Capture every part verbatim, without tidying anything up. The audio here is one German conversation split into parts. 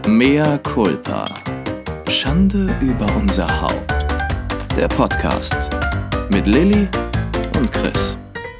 Mea culpa. Schande über unser Haupt. Der Podcast mit Lilly und Chris.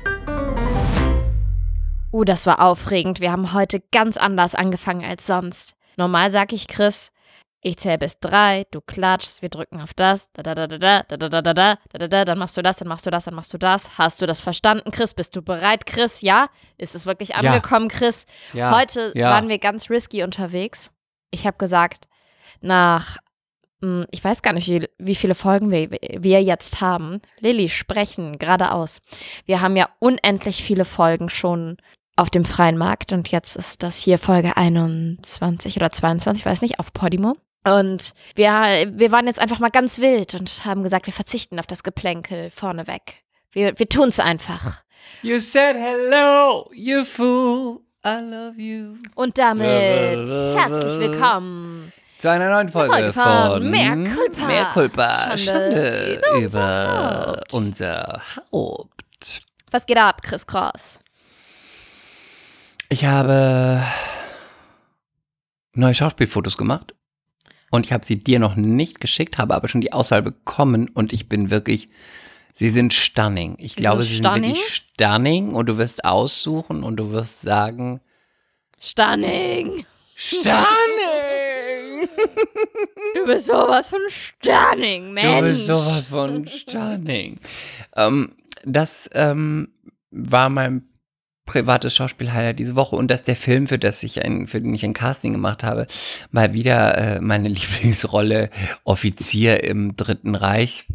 Uh, das war aufregend. Wir haben heute ganz anders angefangen als sonst. Normal sag ich Chris, ich zähle bis drei, du klatschst, wir drücken auf das, da da da da da da da da da da da, dann machst du das, dann machst du das, dann machst du das. Hast du das verstanden, Chris? Bist du bereit, Chris? Ja? Ist es wirklich angekommen, ja. Chris? Ja. Heute ja. waren wir ganz risky unterwegs. Ich habe gesagt, nach, ich weiß gar nicht, wie, wie viele Folgen wir, wir jetzt haben. Lilly, sprechen geradeaus. Wir haben ja unendlich viele Folgen schon auf dem freien Markt und jetzt ist das hier Folge einundzwanzig oder zweiundzwanzig, ich weiß nicht, auf Podimo. Und wir, wir waren jetzt einfach mal ganz wild und haben gesagt, wir verzichten auf das Geplänkel vorneweg. Wir, wir tun es einfach. You said hello, you fool, I love you. Und damit herzlich willkommen zu einer neuen Folge, Folge von, von Mea culpa. Mea culpa. Schande Schande über über unser unser Haupt. Was geht ab, Chris Cross? Ich habe neue Schauspielfotos gemacht und ich habe sie dir noch nicht geschickt, habe aber schon die Auswahl bekommen und ich bin wirklich, sie sind stunning. Ich Sie glaube, sind sie stunning? sind wirklich stunning und du wirst aussuchen und du wirst sagen, Stunning. stunning! Du bist sowas von stunning, Mensch. Du bist sowas von stunning. ähm, das ähm, war mein privates Schauspiel-Highlight diese Woche und dass der Film, für, das ich ein, für den ich ein Casting gemacht habe, mal wieder äh, meine Lieblingsrolle Offizier im Dritten Reich,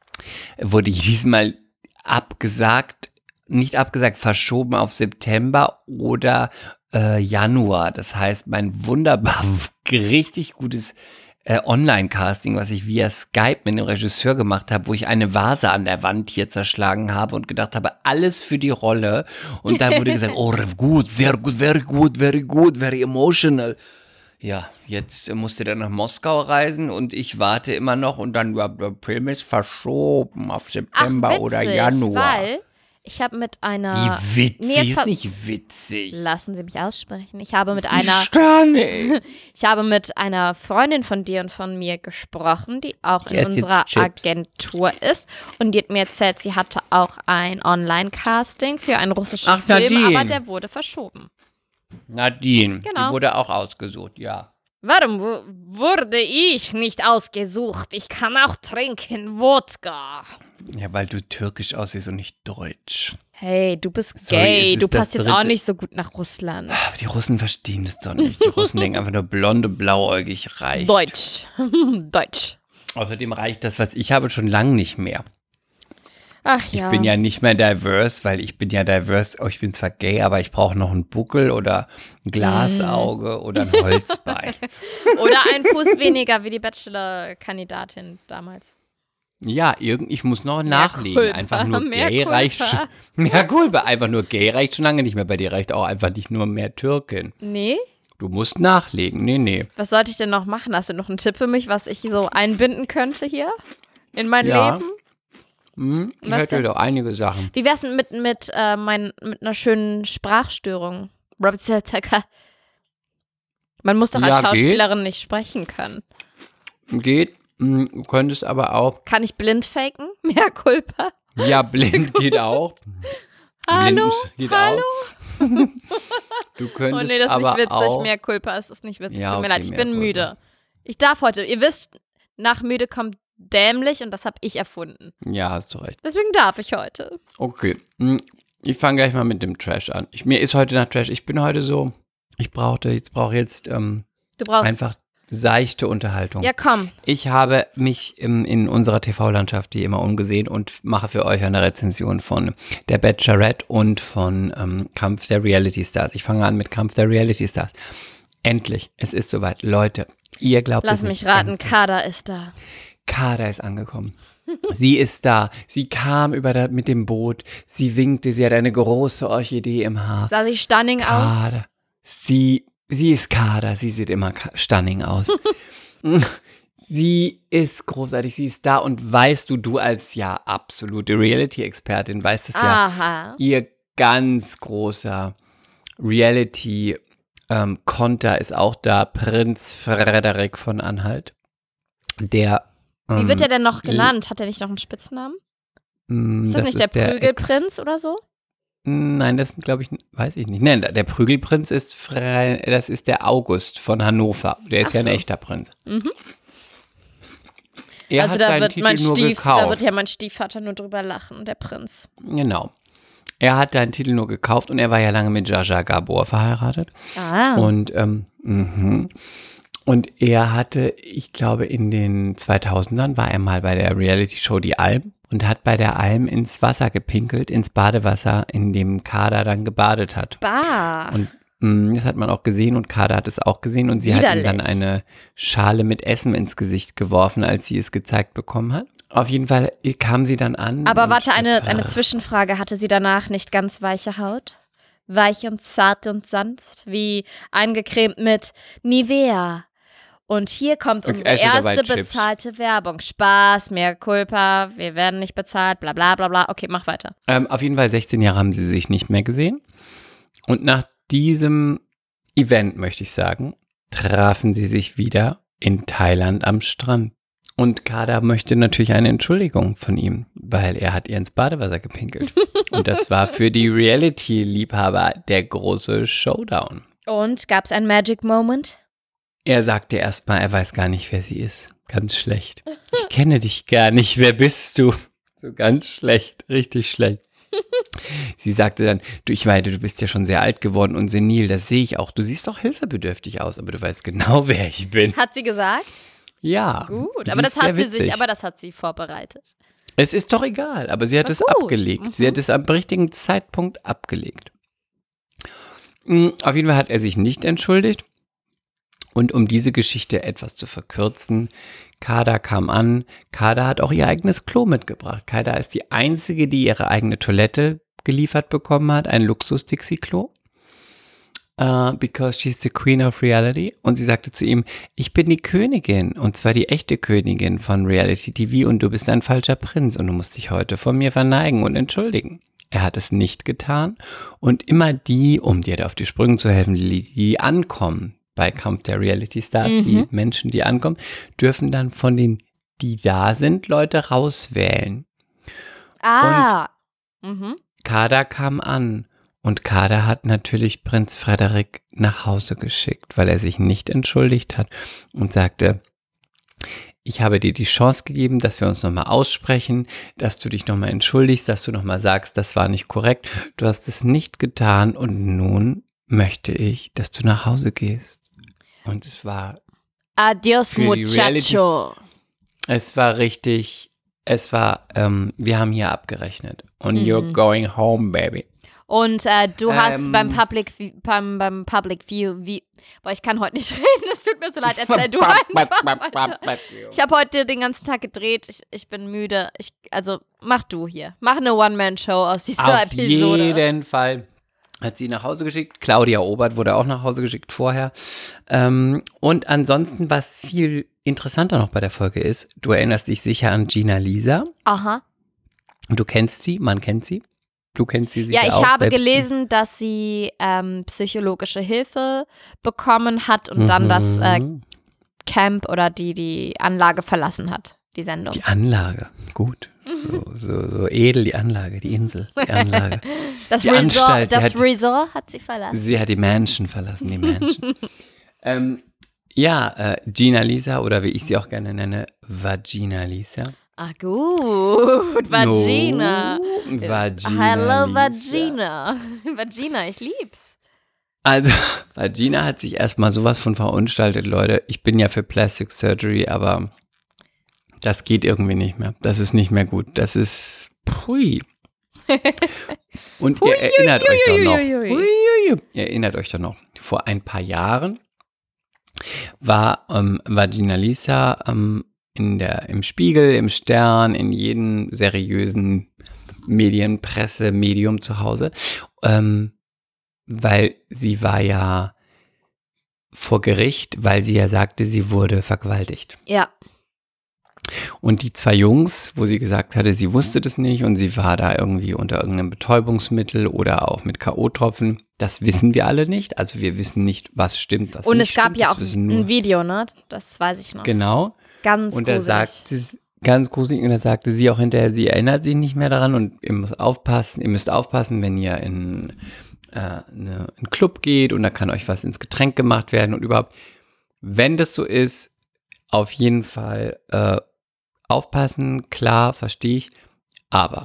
wurde diesmal abgesagt, nicht abgesagt, verschoben auf September oder äh, Januar. Das heißt, mein wunderbar richtig gutes äh, Online-Casting, was ich via Skype mit dem Regisseur gemacht habe, wo ich eine Vase an der Wand hier zerschlagen habe und gedacht habe, alles für die Rolle. Und da wurde gesagt, oh, gut, sehr gut, very good, very good, very emotional. Ja, jetzt musste der nach Moskau reisen und ich warte immer noch und dann war der Film ist verschoben auf September Ach, witzig, oder Januar. Weil ich habe mit einer... Wie witzig, Nee, jetzt ist ver- nicht witzig. Lassen Sie mich aussprechen. Ich habe mit einer... Stunning. Ich habe mit einer Freundin von dir und von mir gesprochen, die auch Ich in esse jetzt unserer Chips. Agentur ist. Und die hat mir erzählt, sie hatte auch ein Online-Casting für einen russischen Ach, Film, Nadine. aber der wurde verschoben. Nadine, Genau. die wurde auch ausgesucht, ja. Warum wu- wurde ich nicht ausgesucht? Ich kann auch trinken Wodka. Ja, weil du türkisch aussiehst und nicht deutsch. Hey, du bist Sorry, gay. es ist Du das passt jetzt auch dritte- nicht so gut nach Russland. Aber die Russen verstehen das doch nicht. Die Russen denken einfach nur blonde, blauäugig reicht. Deutsch. Deutsch. Außerdem reicht das, was ich habe, schon lang nicht mehr. Ach Ich ja. bin ja nicht mehr diverse, weil ich bin ja diverse, oh, ich bin zwar gay, aber ich brauche noch einen Buckel oder ein Glasauge oder ein Holzbein. Oder ein Fuß weniger wie die Bachelor-Kandidatin damals. Ja, irgend, ich muss noch nachlegen. Culpa, Einfach nur mehr gay Culpa. reicht schon. Mehr Culpa, einfach nur gay reicht schon lange nicht mehr. Bei dir reicht auch einfach nicht nur mehr Türkin. Nee? Du musst nachlegen. Nee, nee. Was sollte ich denn noch machen? Hast du noch einen Tipp für mich, was ich so einbinden könnte hier in mein Ja. Leben? Hm, ich Was hätte denn? doch einige Sachen. Wie wär's denn mit, mit, äh, mein, mit einer schönen Sprachstörung? Man muss doch als Ja, geht. Schauspielerin nicht sprechen können. Geht. Hm, Du könntest aber auch. Kann ich blind faken? Mehr Culpa? Ja, blind geht auch. Hallo? Blind geht Hallo? auch. Du Oh könntest nee, das ist aber nicht witzig. auch. Mehr Culpa, es ist nicht witzig. Ja, Tut mir okay, leid, ich mehr bin Culpa. müde. Ich darf heute, ihr wisst, nach müde kommt dämlich und das habe ich erfunden. Ja, hast du recht. Deswegen darf ich heute. Okay. Hm, Ich fange gleich mal mit dem Trash an. Ich, mir ist heute nach Trash. Ich bin heute so. Ich brauchte, jetzt brauche jetzt ähm, Du brauchst. einfach seichte Unterhaltung. Ja, komm. Ich habe mich im, in unserer T V-Landschaft wie immer umgesehen und mache für euch eine Rezension von Der Bachelorette und von ähm, Kampf der Reality Stars. Ich fange an mit Kampf der Reality Stars. Endlich, es ist soweit. Leute, ihr glaubt Lass es nicht. mich raten, Endlich. Kader ist da. Kader ist angekommen. Sie ist da. Sie kam über der, mit dem Boot. Sie winkte. Sie hat eine große Orchidee im Haar. Sah sie stunning aus? Kader. Sie, sie ist Kader. Sie sieht immer ka- stunning aus. Sie ist großartig. Sie ist da. Und weißt du, du als ja absolute Reality-Expertin weißt es ja. Aha. Ihr ganz großer Reality Ähm, Konter ist auch da, Prinz Frederik von Anhalt. Der Wie ähm, wird er denn noch genannt? Hat er nicht noch einen Spitznamen? mh, Ist das, nicht der, der Prügelprinz Ex- oder so? Nein, das glaube ich, weiß ich nicht. Nein, der Prügelprinz ist Fre das ist der August von Hannover. Der ist Ach ja ein so. echter Prinz. Mhm. Er also hat da seinen wird, Titel mein nur Stief, gekauft. da wird ja mein Stiefvater nur drüber lachen, der Prinz. Genau. Er hat seinen Titel nur gekauft und er war ja lange mit Jaja Gabor verheiratet. Ah. Und, ähm, mhm. und er hatte, ich glaube, in den zweitausendern war er mal bei der Reality-Show Die Alm und hat bei der Alm ins Wasser gepinkelt, ins Badewasser, in dem Kader dann gebadet hat. Bah. Und mh, das hat man auch gesehen und Kader hat es auch gesehen und sie hat ihm dann Widerlich. eine Schale mit Essen ins Gesicht geworfen, als sie es gezeigt bekommen hat. Auf jeden Fall kam sie dann an. Aber und warte, eine, statt- eine Zwischenfrage. Hatte sie danach nicht ganz weiche Haut? Weich und zart und sanft, wie eingecremt mit Nivea. Und hier kommt Und unsere Ash oder erste White Chips? bezahlte Werbung. Spaß, mehr Culpa, wir werden nicht bezahlt, bla bla bla bla. Okay, mach weiter. Ähm, auf jeden Fall sechzehn Jahre haben sie sich nicht mehr gesehen. Und nach diesem Event, möchte ich sagen, trafen sie sich wieder in Thailand am Strand. Und Kader möchte natürlich eine Entschuldigung von ihm, weil er hat ihr ins Badewasser gepinkelt. Und das war für die Reality-Liebhaber der große Showdown. Und gab es einen Magic Moment? Er sagte erstmal, er weiß gar nicht, wer sie ist. Ganz schlecht. Ich kenne dich gar nicht. Wer bist du? So ganz schlecht. Richtig schlecht. Sie sagte dann, du, ich weiß, du bist ja schon sehr alt geworden und senil. Das sehe ich auch. Du siehst doch hilfebedürftig aus, aber du weißt genau, wer ich bin. Hat sie gesagt? Ja. Gut, sie aber das ist sehr hat sie witzig. sich, aber das hat sie vorbereitet. Es ist doch egal, aber sie hat Na es gut. abgelegt. Sie Mhm. hat es am richtigen Zeitpunkt abgelegt. Mm, Auf jeden Fall hat er sich nicht entschuldigt. Und um diese Geschichte etwas zu verkürzen, Kader kam an. Kader hat auch ihr eigenes Klo mitgebracht. Kader ist die einzige, die ihre eigene Toilette geliefert bekommen hat, ein Luxus-Dixie-Klo. Uh, because she's the queen of reality. Und sie sagte zu ihm, ich bin die Königin, und zwar die echte Königin von Reality T V, und du bist ein falscher Prinz und du musst dich heute vor mir verneigen und entschuldigen. Er hat es nicht getan und immer die, um dir da auf die Sprünge zu helfen, die, die ankommen bei Kampf der Reality Stars, Mhm. die Menschen, die ankommen, dürfen dann von den, die da sind, Leute rauswählen. Ah. Mhm. Kader kam an. Und Kader hat natürlich Prinz Frederik nach Hause geschickt, weil er sich nicht entschuldigt hat und sagte, ich habe dir die Chance gegeben, dass wir uns nochmal aussprechen, dass du dich nochmal entschuldigst, dass du nochmal sagst, das war nicht korrekt. Du hast es nicht getan und nun möchte ich, dass du nach Hause gehst. Und es war, Adios, Für die muchacho. es war richtig, es war, ähm, wir haben hier abgerechnet. Und Mhm. you're going home, baby. Und äh, du hast Ähm. beim Public View- beim, beim Public View, wie, boah, ich kann heute nicht reden, es tut mir so leid, erzähl du einfach weiter. Ich habe heute den ganzen Tag gedreht, ich, ich bin müde, ich, also mach du hier, mach eine One-Man-Show aus dieser Auf Episode. jeden Fall hat sie nach Hause geschickt. Claudia Obert wurde auch nach Hause geschickt vorher. Ähm, und ansonsten, was viel interessanter noch bei der Folge ist, du erinnerst dich sicher an Gina Lisa. Aha. Du kennst sie, man kennt sie. Du kennst sie sicher Ja, ich auch. habe selbst. gelesen, dass sie ähm, psychologische Hilfe bekommen hat und dann das äh, Mhm. Camp oder die, die Anlage verlassen hat, die Sendung. Die Anlage, gut. So, so, so edel die Anlage, die Insel, die Anlage. Das, die Resort, Anstalt, sie das hat- Resort hat sie verlassen. Sie hat die Mansion verlassen, die Mansion. ähm, ja, äh, Gina Lisa oder wie ich sie auch gerne nenne, Vagina Lisa. Ah, gut. Vagina. No, Vagina Hello, Lisa. Vagina. Vagina, ich lieb's. Also, Vagina hat sich erstmal sowas von verunstaltet, Leute. Ich bin ja für Plastic Surgery, aber das geht irgendwie nicht mehr. Das ist nicht mehr gut. Das ist, pui. Und ihr erinnert euch doch noch, Huiuiuiui. Huiuiui. ihr erinnert euch doch noch, vor ein paar Jahren war ähm, Vagina Lisa ähm, in der, im Spiegel, im Stern, in jedem seriösen Medien, Presse, Medium zu Hause, ähm, weil sie war ja vor Gericht, weil sie ja sagte, sie wurde vergewaltigt. Ja. Und die zwei Jungs, wo sie gesagt hatte, sie wusste das nicht und sie war da irgendwie unter irgendeinem Betäubungsmittel oder auch mit K O-Tropfen, Das wissen wir alle nicht. Also wir wissen nicht, was stimmt, was Und nicht es gab stimmt. ja Das auch wissen nur- ein Video, ne? Das weiß ich noch. Genau. Ganz Und er gruselig. sagt, es ganz gruselig, und da sagte sie auch hinterher, sie erinnert sich nicht mehr daran und ihr müsst aufpassen, ihr müsst aufpassen, wenn ihr in äh, eine, einen Club geht und da kann euch was ins Getränk gemacht werden und überhaupt, wenn das so ist, auf jeden Fall äh, aufpassen, klar, verstehe ich, aber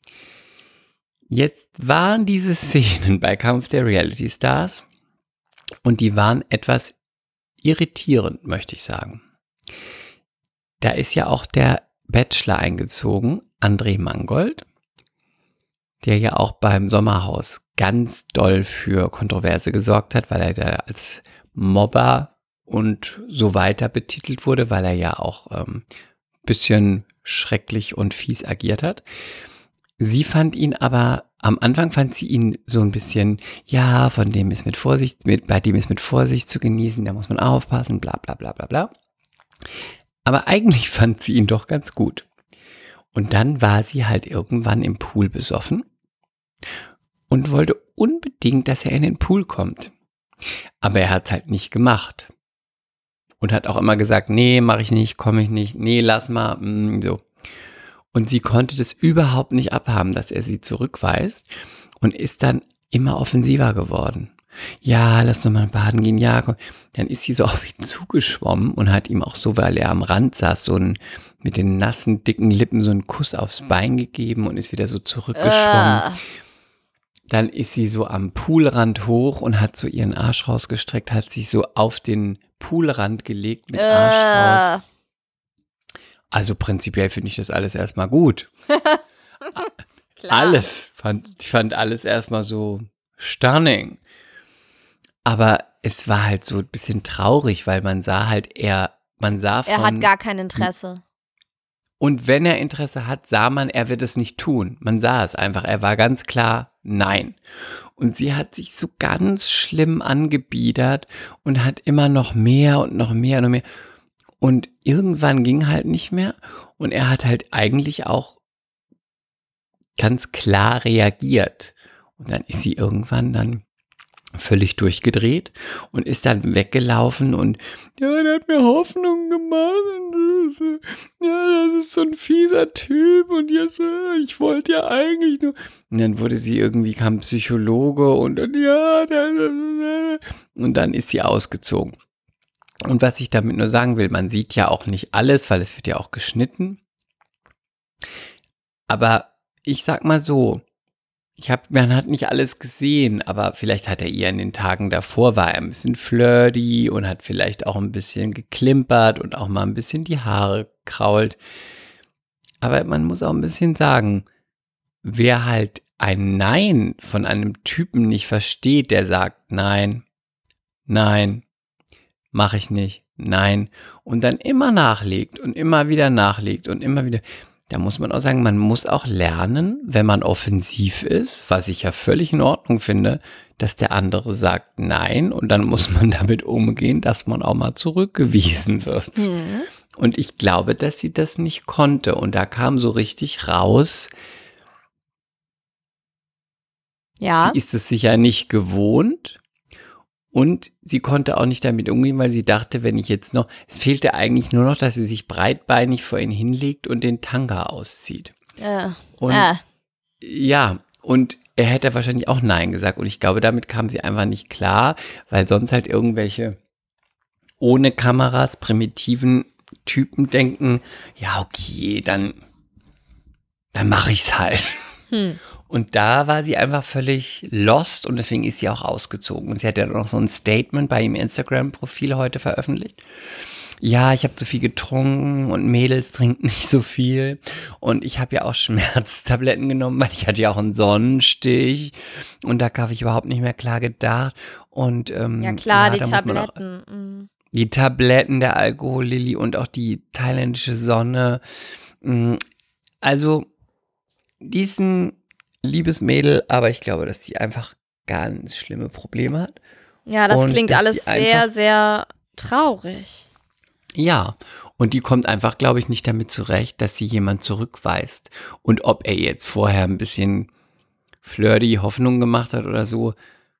jetzt waren diese Szenen bei Kampf der Reality Stars und die waren etwas irritierend, möchte ich sagen. Da ist ja auch der Bachelor eingezogen, André Mangold, der ja auch beim Sommerhaus ganz doll für Kontroverse gesorgt hat, weil er da als Mobber und so weiter betitelt wurde, weil er ja auch ein ähm, bisschen schrecklich und fies agiert hat. Sie fand ihn aber, am Anfang fand sie ihn so ein bisschen, ja, von dem ist mit Vorsicht, mit, bei dem ist mit Vorsicht zu genießen, da muss man aufpassen, bla bla bla bla bla. Aber eigentlich fand sie ihn doch ganz gut. Und dann war sie halt irgendwann im Pool besoffen und wollte unbedingt, dass er in den Pool kommt. Aber er hat es halt nicht gemacht. Und hat auch immer gesagt, nee, mache ich nicht, komme ich nicht, nee, lass mal, mh, so. Und sie konnte das überhaupt nicht abhaben, dass er sie zurückweist und ist dann immer offensiver geworden. Ja, lass doch mal baden gehen, ja, komm. Dann ist sie so auf ihn zugeschwommen und hat ihm auch so, weil er am Rand saß, so ein, mit den nassen, dicken Lippen so einen Kuss aufs Bein gegeben und ist wieder so zurückgeschwommen. Uh. Dann ist sie so am Poolrand hoch und hat so ihren Arsch rausgestreckt, hat sich so auf den Poolrand gelegt mit uh. Arsch raus. Also prinzipiell finde ich das alles erstmal gut. Alles, fand, ich fand alles erstmal so stunning. Aber es war halt so ein bisschen traurig, weil man sah halt, er, man sah von... Er hat gar kein Interesse. Und wenn er Interesse hat, sah man, er wird es nicht tun. Man sah es einfach, er war ganz klar, nein. Und sie hat sich so ganz schlimm angebiedert und hat immer noch mehr und noch mehr und noch mehr. Und irgendwann ging halt nicht mehr und er hat halt eigentlich auch ganz klar reagiert. Und dann ist sie irgendwann dann völlig durchgedreht und ist dann weggelaufen und ja, der hat mir Hoffnung gemacht und das, ja, das ist so ein fieser Typ und jetzt, ich wollte ja eigentlich nur. Und dann wurde sie irgendwie, kam Psychologe und dann, ja, und dann ist sie ausgezogen. Und was ich damit nur sagen will, man sieht ja auch nicht alles, weil es wird ja auch geschnitten. Aber ich sag mal so, ich hab, man hat nicht alles gesehen, aber vielleicht hat er eher in den Tagen davor, war er ein bisschen flirty und hat vielleicht auch ein bisschen geklimpert und auch mal ein bisschen die Haare krault. Aber man muss auch ein bisschen sagen, wer halt ein Nein von einem Typen nicht versteht, der sagt Nein, nein, mache ich nicht, nein, und dann immer nachlegt und immer wieder nachlegt und immer wieder. Da muss man auch sagen, man muss auch lernen, wenn man offensiv ist, was ich ja völlig in Ordnung finde, dass der andere sagt nein und dann muss man damit umgehen, dass man auch mal zurückgewiesen wird. Mhm. Und ich glaube, dass sie das nicht konnte und da kam so richtig raus, ja. Sie ist es sicher nicht gewohnt. Und sie konnte auch nicht damit umgehen, weil sie dachte, wenn ich jetzt noch, es fehlte eigentlich nur noch, dass sie sich breitbeinig vor ihn hinlegt und den Tanga auszieht. Äh, und äh. ja, und er hätte wahrscheinlich auch Nein gesagt. Und ich glaube, damit kam sie einfach nicht klar, weil sonst halt irgendwelche ohne Kameras primitiven Typen denken, ja, okay, dann, dann mache ich's halt. Hm. Und da war sie einfach völlig lost und deswegen ist sie auch ausgezogen. Und sie hat ja noch so ein Statement bei ihrem Instagram-Profil heute veröffentlicht. Ja, ich habe zu viel getrunken und Mädels trinken nicht so viel. Und ich habe ja auch Schmerztabletten genommen, weil ich hatte ja auch einen Sonnenstich. Und da habe ich überhaupt nicht mehr klar gedacht. Und, ähm, ja klar, ja, die Tabletten. Auch, mm. Die Tabletten, der Alkohol, Lilly und auch die thailändische Sonne. Also, die ist ein liebes Mädel, aber ich glaube, dass sie einfach ganz schlimme Probleme hat. Ja, das und klingt alles sehr, sehr traurig. Ja, und die kommt einfach, glaube ich, nicht damit zurecht, dass sie jemand zurückweist. Und ob er jetzt vorher ein bisschen flirty Hoffnung gemacht hat oder so,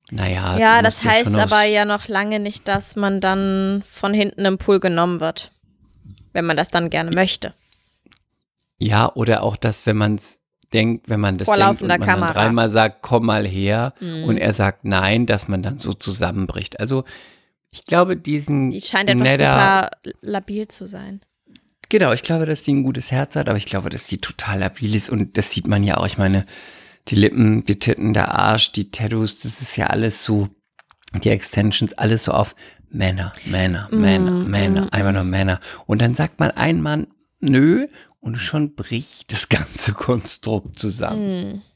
Naja, Ja, du das musst ja heißt schon aus- aber ja noch lange nicht, dass man dann von hinten im Pool genommen wird. Wenn man das dann gerne möchte. Ja, oder auch das, wenn man es denkt, wenn man das Vor denkt und laufender man Kamera. dann dreimal sagt, komm mal her Mhm. und er sagt nein, dass man dann so zusammenbricht. Also ich glaube, diesen Die scheint etwas netter, super labil zu sein. Genau, ich glaube, dass sie ein gutes Herz hat, aber ich glaube, dass sie total labil ist und das sieht man ja auch. Ich meine, die Lippen, die Titten, der Arsch, die Tattoos, das ist ja alles so, die Extensions, alles so auf Männer, Männer, Männer, Mm, Männer, mm, einfach nur Männer. Und dann sagt mal ein Mann, nö, und schon bricht das ganze Konstrukt zusammen. Hm.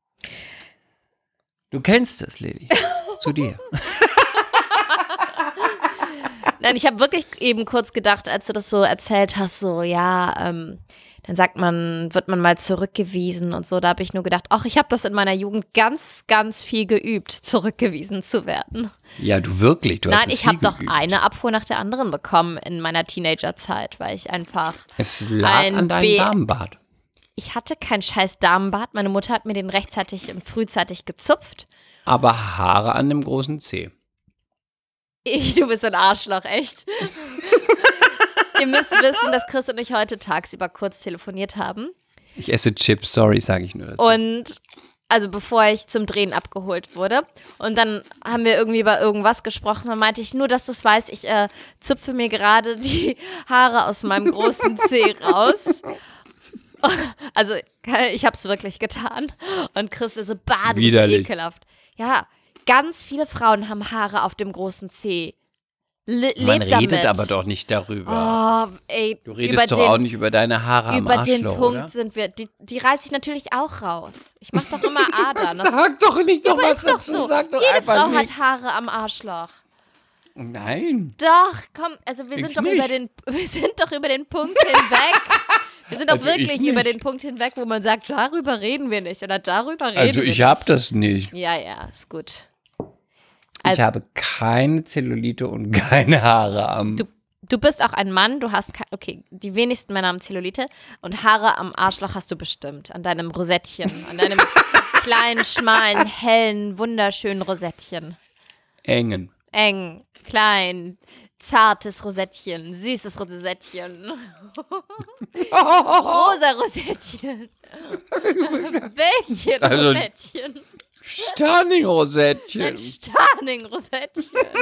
Du kennst das, Lilly. Zu dir. Nein, ich habe wirklich eben kurz gedacht, als du das so erzählt hast, so, ja, ähm, dann sagt man, wird man mal zurückgewiesen und so. Da habe ich nur gedacht, ach, ich habe das in meiner Jugend ganz, ganz viel geübt, zurückgewiesen zu werden. Ja, du wirklich, du hast Nein, es ich viel habe doch geübt. eine Abfuhr nach der anderen bekommen in meiner Teenagerzeit, weil ich einfach, Es lag ein an deinem B- Damenbart. ich hatte kein scheiß Damenbart. Meine Mutter hat mir den rechtzeitig und frühzeitig gezupft. Aber Haare an dem großen Zeh. Ich, du bist ein Arschloch, echt. Ihr müsst wissen, dass Chris und ich heute tagsüber kurz telefoniert haben. Ich esse Chips, sorry, sage ich nur dazu. Und also bevor ich zum Drehen abgeholt wurde. Und dann haben wir irgendwie über irgendwas gesprochen. Dann meinte ich, nur, dass du es weißt, ich äh, zupfe mir gerade die Haare aus meinem großen Zeh raus. Also ich habe es wirklich getan. Und Chris ist so, bah, du bist so Widerlich. ekelhaft. Ja, ganz viele Frauen haben Haare auf dem großen Zeh. Le Man lebt redet damit. aber doch nicht darüber. Oh, ey, Du redest über doch den, auch nicht über deine Haare am über den Arschloch, Punkt oder? sind wir. Die, die reiße ich natürlich auch raus. Ich mache doch immer Adern. Das Sag doch nicht noch was ist doch dazu, so. sag doch Jede einfach Frau nicht. hat Haare am Arschloch. Nein. Doch, komm, also wir sind Ich doch nicht. über den, wir sind doch über den Punkt hinweg. Wir sind doch Also ich wirklich nicht. über den Punkt hinweg, wo man sagt, darüber reden wir nicht oder darüber reden Also wir ich nicht. habe das nicht. Ja, ja, ist gut. Ich Also- habe keine Zellulite und keine Haare am... Du, du bist auch ein Mann, du hast, ke- okay, die wenigsten Männer haben Zellulite und Haare am Arschloch hast du bestimmt, an deinem Rosettchen, an deinem kleinen, schmalen, hellen, wunderschönen Rosettchen. engen. Eng, klein, zartes Rosettchen, süßes Rosettchen. Rosa Rosettchen. Welche Also- Rosettchen? Stunning-Rosettchen. Ein Starning-Rosettchen.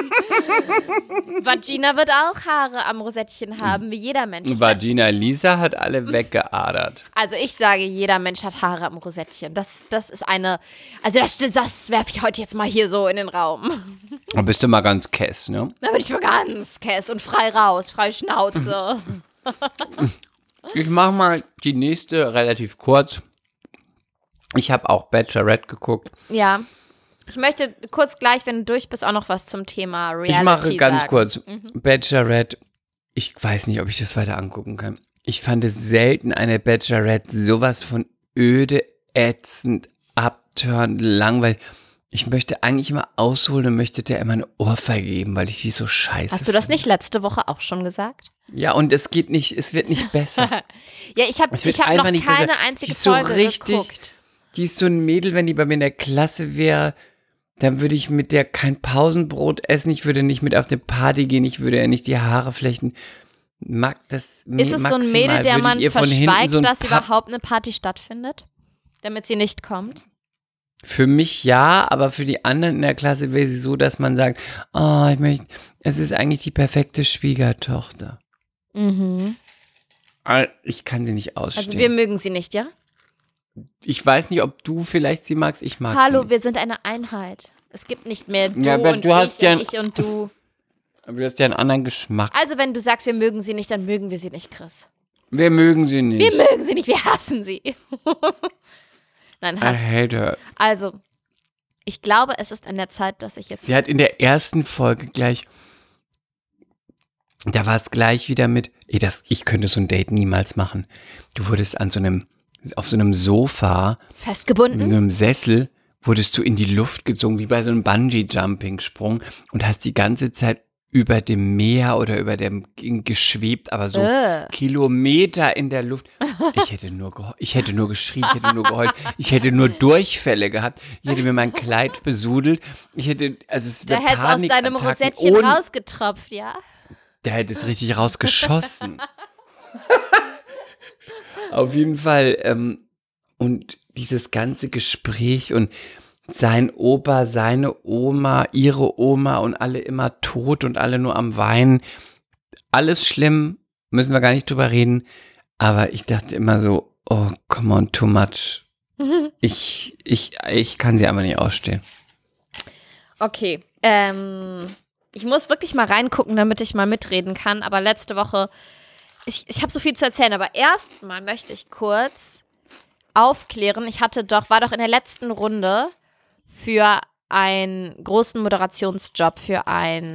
Vagina wird auch Haare am Rosettchen haben, wie jeder Mensch. Vagina Lisa hat alle weggeadert. Also ich sage, jeder Mensch hat Haare am Rosettchen. Das, das ist eine, also das, das werfe ich heute jetzt mal hier so in den Raum. Da bist du mal ganz kess, ne? Da bin ich mal ganz kess und frei raus, frei Schnauze. Ich mache mal die nächste relativ kurz. Ich habe auch Bachelorette geguckt. Ja. Ich möchte kurz gleich, wenn du durch bist, auch noch was zum Thema Reality Ich mache ganz sagen. kurz. Bachelorette, ich weiß nicht, ob ich das weiter angucken kann. Ich fand es selten eine Bachelorette sowas von öde, ätzend, abtörend, langweilig. Ich möchte eigentlich immer ausholen und möchte dir immer eine Ohrfeige geben, weil ich die so scheiße Hast du das finde. nicht letzte Woche auch schon gesagt? Ja, und es geht nicht, es wird nicht besser. Ja, ich habe Es wird ich hab noch einfach nicht keine besser. einzige Die ist so Folge richtig- geguckt. Die ist so ein Mädel, wenn die bei mir in der Klasse wäre, dann würde ich mit der kein Pausenbrot essen, ich würde nicht mit auf eine Party gehen, ich würde ihr nicht die Haare flechten. Mag das Ist es so ein Mädel, der man ihr von hinten verschweigt, so ein dass Papp- überhaupt eine Party stattfindet? Damit sie nicht kommt? Für mich ja, aber für die anderen in der Klasse wäre sie so, dass man sagt, oh, ich möchte, es ist eigentlich die perfekte Schwiegertochter. Mhm. Ich kann sie nicht ausstehen. Also wir mögen sie nicht, ja? ich weiß nicht, ob du vielleicht sie magst, ich mag Hallo, sie. wir sind eine Einheit. Es gibt nicht mehr du Ja, aber und du hast ich ja und ein- ich und du. Aber du hast ja einen anderen Geschmack. Also wenn du sagst, wir mögen sie nicht, dann mögen wir sie nicht, Chris. Wir mögen sie nicht. Wir mögen sie nicht, wir hassen sie. Nein, I hassen. hate her. Also, ich glaube, es ist an der Zeit, dass ich jetzt... Sie hat in der ersten Folge gleich, da war es gleich wieder mit, ey, das, ich könnte so ein Date niemals machen. Du wurdest an so einem, auf so einem Sofa, in Festgebunden? so einem Sessel, wurdest du in die Luft gezogen, wie bei so einem Bungee-Jumping-Sprung und hast die ganze Zeit über dem Meer oder über dem geschwebt, aber so Äh. Kilometer in der Luft. Ich hätte nur gehe- ich hätte nur geschrien, ich hätte nur geheult, ich hätte nur Durchfälle gehabt, ich hätte mir mein Kleid besudelt, ich hätte, also es Da wäre hättest du aus deinem Panikattacken Rosettchen ohne- rausgetropft, ja? Der hätte es richtig rausgeschossen. Auf jeden Fall. Ähm, und dieses ganze Gespräch und sein Opa, seine Oma, ihre Oma und alle immer tot und alle nur am Weinen. Alles schlimm, müssen wir gar nicht drüber reden. Aber ich dachte immer so, oh, come on, too much. Ich, ich, ich kann sie einfach nicht ausstehen. Okay, ähm, ich muss wirklich mal reingucken, damit ich mal mitreden kann. Aber letzte Woche, ich, ich habe so viel zu erzählen, aber erstmal möchte ich kurz aufklären. Ich hatte doch, war doch in der letzten Runde für einen großen Moderationsjob für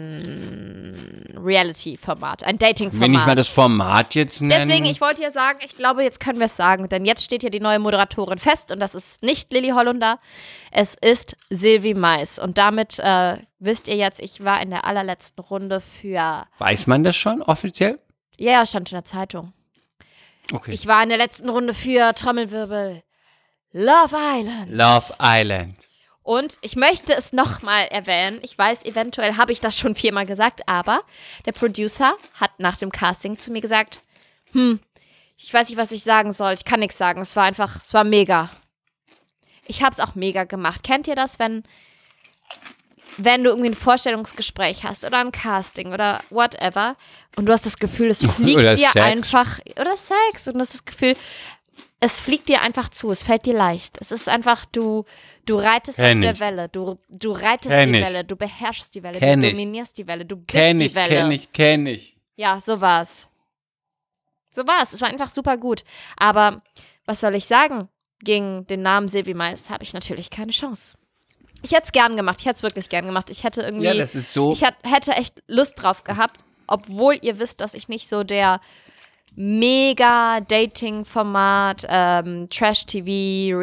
ein Reality-Format, ein Dating-Format. Wenn ich mal das Format jetzt nenne. Deswegen, ich wollte ja sagen, ich glaube, jetzt können wir es sagen, denn jetzt steht hier die neue Moderatorin fest und das ist nicht Lilly Hollunder, es ist Sylvie Mais. Und damit äh, wisst ihr jetzt, ich war in der allerletzten Runde für, Weiß man das schon offiziell? ja, ja, stand in der Zeitung. Okay. Ich war in der letzten Runde für Trommelwirbel Love Island. Love Island. Und ich möchte es nochmal erwähnen. Ich weiß, eventuell habe ich das schon viermal gesagt, aber der Producer hat nach dem Casting zu mir gesagt, hm, ich weiß nicht, was ich sagen soll. Ich kann nichts sagen. Es war einfach, es war mega. Ich habe es auch mega gemacht. Kennt ihr das, wenn, wenn du irgendwie ein Vorstellungsgespräch hast oder ein Casting oder whatever und du hast das Gefühl, es fliegt Oder dir Sex. einfach, oder Sex und du hast das Gefühl, es fliegt dir einfach zu, es fällt dir leicht. Es ist einfach, du, du reitest Kenn auf der ich. Welle, du, du reitest Kenn die ich. Welle, du beherrschst die Welle, Kenn du ich. dominierst die Welle, du bist Kenn die ich, Welle. kenn ich, kenn ich. Ja, so war's. So war's. Es war einfach super gut. Aber was soll ich sagen? Gegen den Namen Sylvie Mais habe ich natürlich keine Chance. Ich hätte es gern gemacht. Ich hätte es wirklich gern gemacht. Ich hätte irgendwie. Ja, das ist so. Ich hat, hätte echt Lust drauf gehabt, obwohl ihr wisst, dass ich nicht so der mega Dating-Format, ähm, Trash-T V,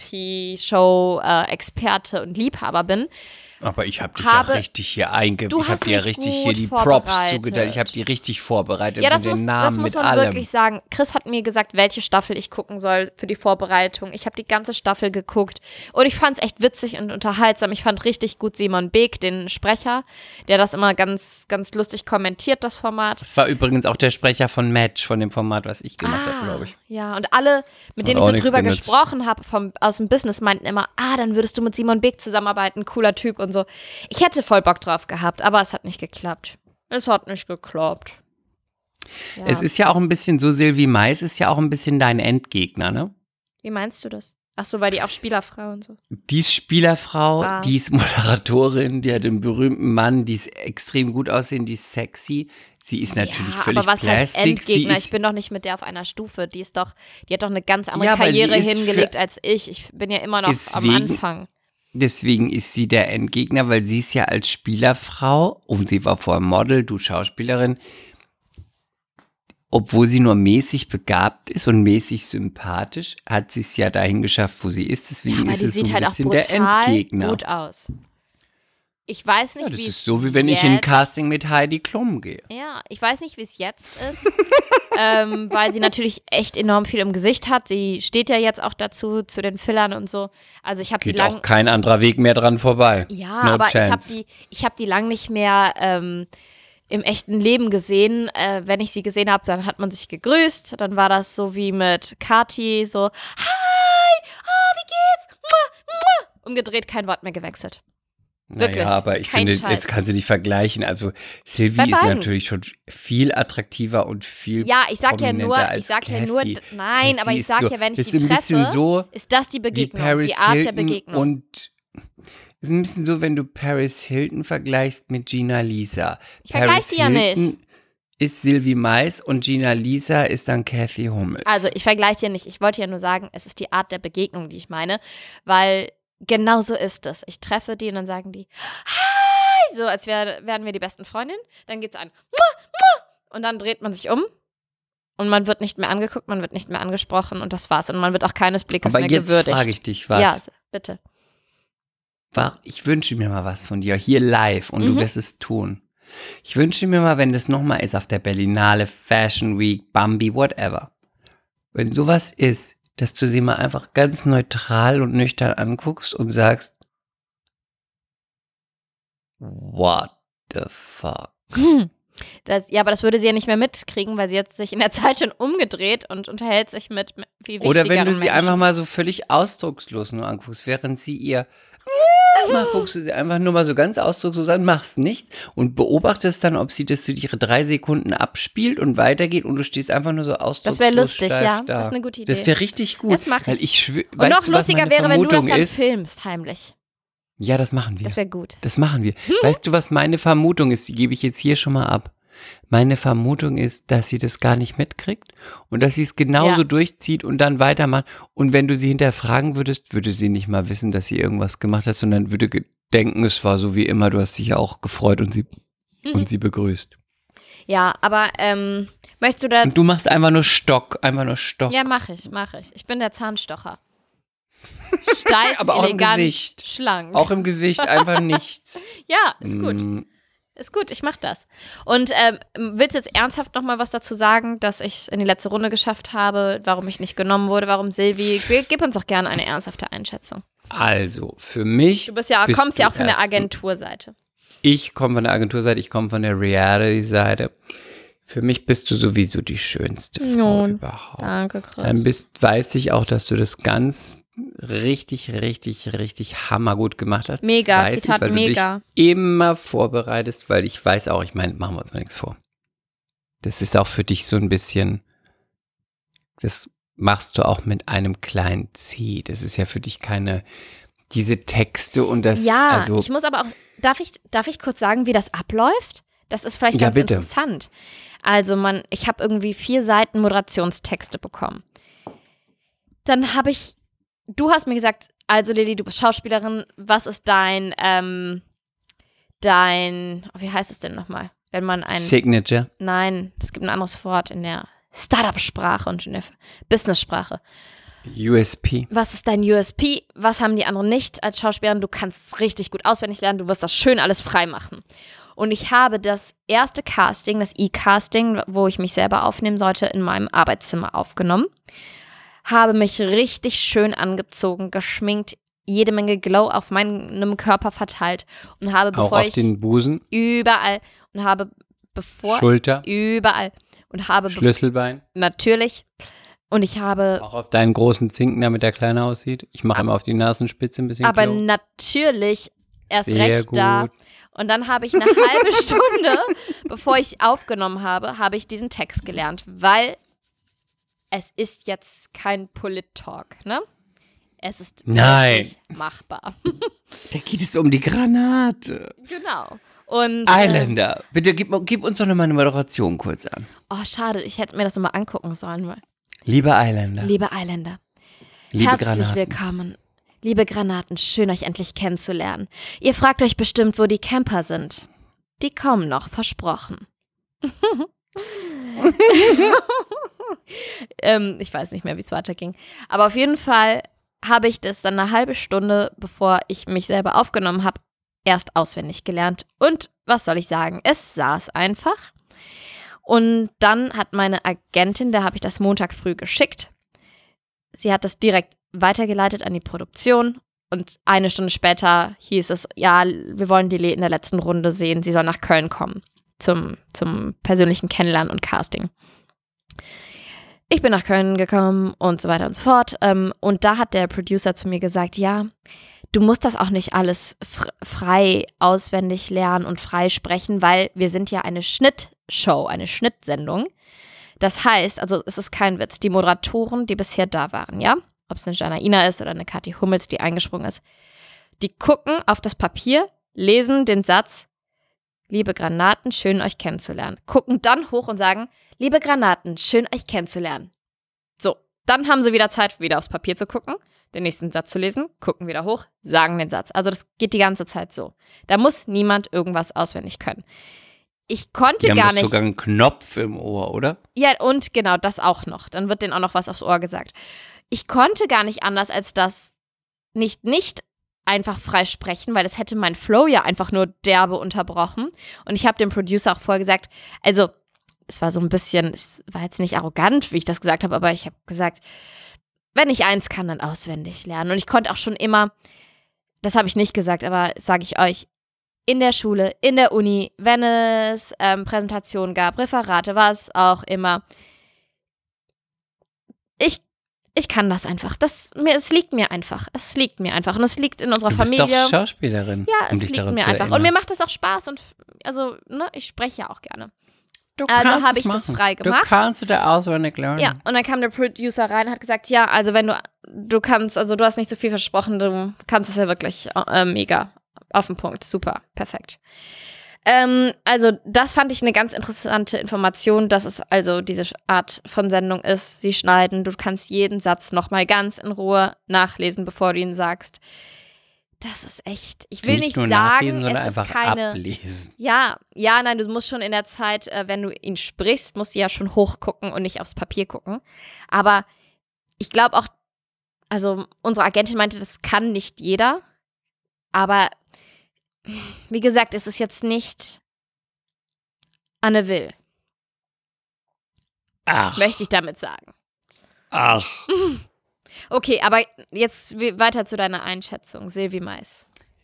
Reality-Show-Experte und Liebhaber bin. Aber ich habe dich habe- ja richtig hier einge... Du Ich habe hast dir ja mich richtig gut hier die Props vorbereitet. zugeteilt. Ich habe die richtig vorbereitet Ja, das mit muss, den das Namen, muss mit man allem. wirklich sagen. Chris hat mir gesagt, welche Staffel ich gucken soll für die Vorbereitung. Ich habe die ganze Staffel geguckt und ich fand es echt witzig und unterhaltsam. Ich fand richtig gut Simon Beek, den Sprecher, der das immer ganz, ganz lustig kommentiert, das Format. Das war übrigens auch der Sprecher von Match, von dem Format, was ich gemacht habe, glaube ich. Ja, und alle, mit denen Hat auch ich so nichts drüber genützt. gesprochen habe aus dem Business, meinten immer, ah, dann würdest du mit Simon Beek zusammenarbeiten, cooler Typ und so. Ich hätte voll Bock drauf gehabt, aber es hat nicht geklappt. Es hat nicht geklappt. Ja. Es ist ja auch ein bisschen so, Sylvie Mais ist ja auch ein bisschen dein Endgegner, ne? Wie meinst du das? Ach so, weil die auch Spielerfrau und so. Die ist Spielerfrau, Ah. die ist Moderatorin, die hat einen berühmten Mann, die ist extrem gut aussehen, die ist sexy. Sie ist natürlich ja, völlig aber was heißt plastic. Sie Endgegner? ist, Ich bin doch nicht mit der auf einer Stufe. Die ist doch, die hat doch eine ganz andere Ja, aber sie Karriere ist hingelegt für- als ich. Ich bin ja immer noch Ist am wegen- Anfang. deswegen ist sie der Endgegner, weil sie ist ja als Spielerfrau, und sie war vorher Model, du Schauspielerin, obwohl sie nur mäßig begabt ist und mäßig sympathisch, hat sie es ja dahin geschafft, wo sie ist. Deswegen Aber ist die es so sieht ein halt auch bisschen der brutal Endgegner. gut aus. Ich weiß nicht, Ja, das wie ist es so, wie wenn ich in ein jetzt- Casting mit Heidi Klum gehe. Ja, ich weiß nicht, wie es jetzt ist, ähm, weil sie natürlich echt enorm viel im Gesicht hat. Sie steht ja jetzt auch dazu, zu den Fillern und so. Also ich habe die Geht lang... auch kein anderer Weg mehr dran vorbei. Ja, no aber chance. ich habe die, ich hab die lang nicht mehr ähm, im echten Leben gesehen. Äh, wenn ich sie gesehen habe, dann hat man sich gegrüßt. Dann war das so wie mit Kati, so, hi, oh, wie geht's? Mua, mua. Umgedreht, kein Wort mehr gewechselt. Wirklich, Naja, aber ich kein finde, Scheiß. das kannst du nicht vergleichen. Also Sylvie Bei ist beiden. natürlich schon viel attraktiver und viel Ja, ich sag ja nur, prominenter ich als sag ja nur, Kathy. d- nein, Cassie aber ich ist sag so, ja, wenn ich das die ist ein bisschen treffe, so ist das die wie Begegnung, Paris die Art Hilton der Begegnung. und ist ein bisschen so, wenn du Paris Hilton vergleichst mit Gina Lisa. Ich vergleich Paris die ja Hilton nicht. ist Sylvie Mais und Gina Lisa ist dann Kathy Hummels. Also ich vergleiche ja nicht, ich wollte ja nur sagen, es ist die Art der Begegnung, die ich meine, weil genau so ist es. Ich treffe die und dann sagen die, hi, so als wär, wären wir die besten Freundinnen. Dann gibt es ein Mua, Mua, und dann dreht man sich um und man wird nicht mehr angeguckt, man wird nicht mehr angesprochen und das war's. Und man wird auch keines Blickes aber mehr jetzt gewürdigt. frage ich dich was. Ja, bitte. War- Ich wünsche mir mal was von dir, hier live, und Mhm. du wirst es tun. Ich wünsche mir mal, wenn das nochmal ist auf der Berlinale, Fashion Week, Bambi, whatever. Wenn sowas ist, dass du sie mal einfach ganz neutral und nüchtern anguckst und sagst, what the fuck? Das, ja, aber das würde sie ja nicht mehr mitkriegen, weil sie jetzt sich in der Zeit schon umgedreht und unterhält sich mit viel wichtigeren Oder wenn du sie Menschen. einfach mal so völlig ausdruckslos nur anguckst, während sie ihr mach, guckst du sie einfach nur mal so ganz ausdruckslos an, machst nichts und beobachtest dann, ob sie das zu ihre drei Sekunden abspielt und weitergeht und du stehst einfach nur so ausdruckslos Das wäre lustig, steif ja. da. Das ist eine gute Idee. Das wäre richtig gut. Das mach ich. Weil ich schwö- Und weißt noch du, was lustiger meine wäre, wenn du das Vermutung dann ist? filmst, heimlich. Ja, das machen wir. Das wäre gut. Das machen wir. Hm? Weißt du, was meine Vermutung ist? Die gebe ich jetzt hier schon mal ab. Meine Vermutung ist, dass sie das gar nicht mitkriegt und dass sie es genauso Ja. durchzieht und dann weitermacht. Und wenn du sie hinterfragen würdest, würde sie nicht mal wissen, dass sie irgendwas gemacht hat, sondern würde ge- denken, es war so wie immer, du hast dich ja auch gefreut und sie, Mhm. und sie begrüßt. Ja, aber ähm, möchtest du da... Und du machst einfach nur Stock, einfach nur Stock. Ja, mach ich, mach ich. Ich bin der Zahnstocher. Steif, Aber auch im elegant, Gesicht. schlank. Auch im Gesicht einfach nichts. Ja, ist gut. Mm, Ist gut, ich mach das. Und ähm, willst du jetzt ernsthaft noch mal was dazu sagen, dass ich es in die letzte Runde geschafft habe, warum ich nicht genommen wurde, warum Silvi? G- Gib uns doch gerne eine ernsthafte Einschätzung. Also, für mich. Du bist ja, bist kommst ja du auch von der erst- Agenturseite. Ich komme von der Agenturseite, ich komme von der Reality-Seite. Für mich bist du sowieso die schönste Frau Ja, überhaupt. Danke, Chris. Dann bist, weiß ich auch, dass du das ganz richtig, richtig, richtig hammergut gemacht hast. Das Mega, weiß Zitat ich, weil mega. du dich immer vorbereitest, weil ich weiß auch, ich meine, machen wir uns mal nichts vor. Das ist auch für dich so ein bisschen, das machst du auch mit einem kleinen C. Das ist ja für dich keine, diese Texte und das, Ja, also, ich muss aber auch, darf ich, darf ich kurz sagen, wie das abläuft? Das ist vielleicht Ja, ganz bitte. interessant. Also man, ich habe irgendwie vier Seiten Moderationstexte bekommen. Dann habe ich, du hast mir gesagt, also Lilly, du bist Schauspielerin, was ist dein, ähm, dein, wie heißt es denn nochmal? Wenn man ein, Signature. nein, es gibt ein anderes Wort in der Startup-Sprache und in der Business-Sprache. U S P. Was ist dein U S P? Was haben die anderen nicht als Schauspielerin? Du kannst es richtig gut auswendig lernen, du wirst das schön alles frei machen. Und ich habe das erste Casting, das E-Casting, wo ich mich selber aufnehmen sollte, in meinem Arbeitszimmer aufgenommen. Habe mich richtig schön angezogen, geschminkt, jede Menge Glow auf meinem Körper verteilt und habe, Auch bevor auf ich den Busen, überall und habe bevor Schulter, überall und habe be- Schlüsselbein. natürlich und ich habe Auch auf deinen großen Zinken, damit der kleiner aussieht. Ich mache immer auf die Nasenspitze ein bisschen aber Glow. natürlich erst Sehr recht gut. da. Und dann habe ich eine halbe Stunde, bevor ich aufgenommen habe, habe ich diesen Text gelernt, weil es ist jetzt kein Polit-Talk, ne? Es ist Nein. wirklich machbar. Da geht es um die Granate. Genau. Und äh, Islander, bitte gib, gib uns doch nochmal eine Moderation kurz an. oh, schade, ich hätte mir das nochmal angucken sollen. Weil. Liebe Islander, Liebe Eiländer, liebe herzlich Granaten. willkommen. Liebe Granaten, schön euch endlich kennenzulernen. Ihr fragt euch bestimmt, wo die Camper sind. Die kommen noch, versprochen. ähm, ich weiß nicht mehr, wie es weiterging. Aber auf jeden Fall habe ich das dann eine halbe Stunde, bevor ich mich selber aufgenommen habe, erst auswendig gelernt. Und was soll ich sagen? Es saß einfach. Und dann hat meine Agentin, der habe ich das Montag früh geschickt. Sie hat das direkt weitergeleitet an die Produktion. Und eine Stunde später hieß es, ja, wir wollen die in der letzten Runde sehen. Sie soll nach Köln kommen zum, zum persönlichen Kennenlernen und Casting. Ich bin nach Köln gekommen und so weiter und so fort. Ähm, und da hat der Producer zu mir gesagt, ja, du musst das auch nicht alles fr- frei auswendig lernen und frei sprechen, weil wir sind ja eine Schnittshow, eine Schnittsendung. Das heißt, also es ist kein Witz, die Moderatoren, die bisher da waren, ja, ob es eine Janaina ist oder eine Kathi Hummels, die eingesprungen ist, die gucken auf das Papier, lesen den Satz, liebe Granaten, schön euch kennenzulernen. Gucken dann hoch und sagen, liebe Granaten, schön euch kennenzulernen. So, dann haben sie wieder Zeit, wieder aufs Papier zu gucken, den nächsten Satz zu lesen, gucken wieder hoch, sagen den Satz. Also das geht die ganze Zeit so. Da muss niemand irgendwas auswendig können. Ich konnte Die haben gar doch nicht. sogar einen Knopf im Ohr, oder? Ja, und genau, das auch noch. Dann wird denen auch noch was aufs Ohr gesagt. Ich konnte gar nicht anders, als das nicht nicht einfach frei sprechen, weil das hätte mein Flow ja einfach nur derbe unterbrochen. Und ich habe dem Producer auch vorher gesagt, also es war so ein bisschen, es war jetzt nicht arrogant, wie ich das gesagt habe, aber ich habe gesagt, wenn ich eins kann, dann auswendig lernen. Und ich konnte auch schon immer, das habe ich nicht gesagt, aber sage ich euch, in der Schule, in der Uni, wenn es ähm, Präsentationen gab, Referate, was auch immer, ich Ich kann das einfach. Das, mir, es liegt mir einfach. Es liegt mir einfach. Und es liegt in unserer du bist Familie. doch Schauspielerin. Ja, um es dich liegt daran mir zu einfach. erinnern. Und mir macht das auch Spaß. Und also, ne, ich spreche ja auch gerne. Du Also kannst habe es ich das machen. frei gemacht. Du kannst es auswendig lernen. Ja, und dann kam der Producer rein und hat gesagt, ja, also wenn du, du kannst, also du hast nicht so viel versprochen, du kannst es ja wirklich äh, mega auf den Punkt. Super, perfekt. Ähm, also das fand ich eine ganz interessante Information, dass es also diese Art von Sendung ist. Sie schneiden, du kannst jeden Satz nochmal ganz in Ruhe nachlesen, bevor du ihn sagst. Das ist echt, ich will nicht, nur sagen, nachlesen, sondern es einfach ist keine, ablesen. ja, ja, nein, du musst schon in der Zeit, äh, wenn du ihn sprichst, musst du ja schon hochgucken und nicht aufs Papier gucken. Aber ich glaube auch, also unsere Agentin meinte, das kann nicht jeder, aber wie gesagt, es ist jetzt nicht Anne Will. Ach. Möchte ich damit sagen. Ach. Okay, aber jetzt weiter zu deiner Einschätzung, Sylvie Mais.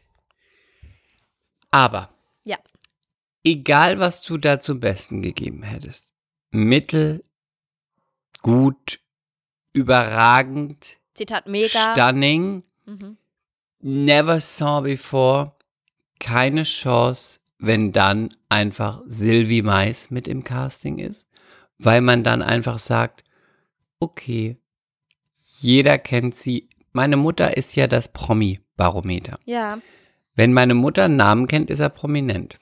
Aber. Ja. Egal, was du da zum Besten gegeben hättest. Mittel, gut, überragend, Zitat mega. stunning, Mhm. never saw before, keine Chance, wenn dann einfach Sylvie Mais mit im Casting ist, weil man dann einfach sagt, okay, jeder kennt sie. Meine Mutter ist ja das Promi-Barometer. Ja. Wenn meine Mutter einen Namen kennt, ist er prominent.